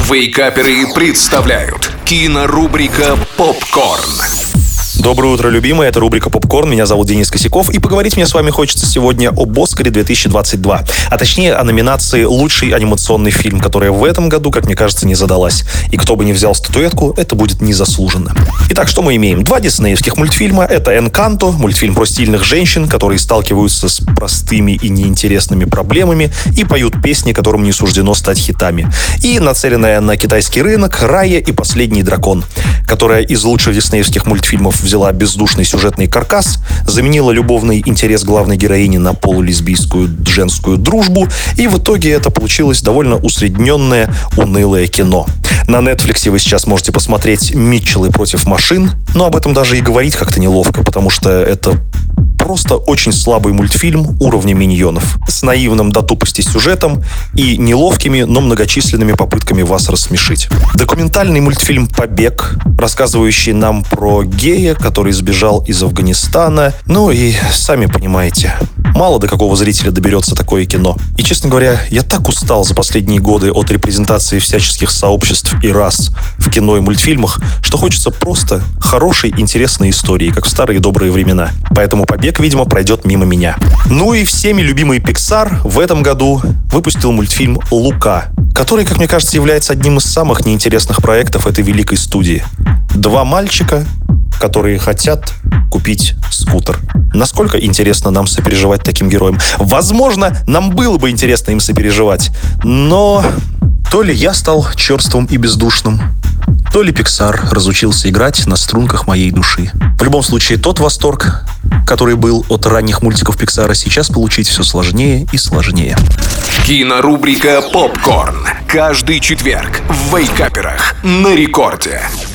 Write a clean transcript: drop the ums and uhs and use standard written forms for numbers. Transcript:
Вейкаперы представляют кинорубрика «Попкорн». Доброе утро, любимые. Это рубрика «Попкорн». Меня зовут Денис Косяков. И поговорить мне с вами хочется сегодня об «Оскаре 2022». А точнее, о номинации «Лучший анимационный фильм», которая в этом году, как мне кажется, не задалась. И кто бы ни взял статуэтку, это будет незаслуженно. Итак, что мы имеем? Два диснеевских мультфильма. Это «Энканто», мультфильм про стильных женщин, которые сталкиваются с простыми и неинтересными проблемами и поют песни, которым не суждено стать хитами. И нацеленная на китайский рынок «Рая и последний дракон», которая из лучших диснеевских мультфильмов взяла бездушный сюжетный каркас, заменила любовный интерес главной героини на полулесбийскую женскую дружбу, и в итоге это получилось довольно усредненное, унылое кино. На Netflix вы сейчас можете посмотреть «Митчеллы против машин», но об этом даже и говорить как-то неловко, потому что это просто очень слабый мультфильм уровня «Миньонов», с наивным до тупости сюжетом и неловкими, но многочисленными попытками вас рассмешить. Документальный мультфильм «Побег», рассказывающий нам про гея, который сбежал из Афганистана. Ну и сами понимаете, мало до какого зрителя доберется такое кино. И, честно говоря, я так устал за последние годы от репрезентации всяческих сообществ и рас в кино и мультфильмах, что хочется просто хорошей, интересной истории, как в старые добрые времена. Поэтому «Побег», видимо, пройдет мимо меня. Ну и всеми любимый Pixar в этом году выпустил мультфильм «Лука», который, как мне кажется, является одним из самых неинтересных проектов этой великой студии. Два мальчика, которые хотят купить скутер. Насколько интересно нам сопереживать таким героям? Возможно, нам было бы интересно им сопереживать, но то ли я стал черствым и бездушным, то ли Pixar разучился играть на струнках моей души. В любом случае, тот восторг, который был от ранних мультиков Pixar, сейчас получить все сложнее и сложнее. Кинорубрика «Попкорн». Каждый четверг в Вейкаперах на рекорде.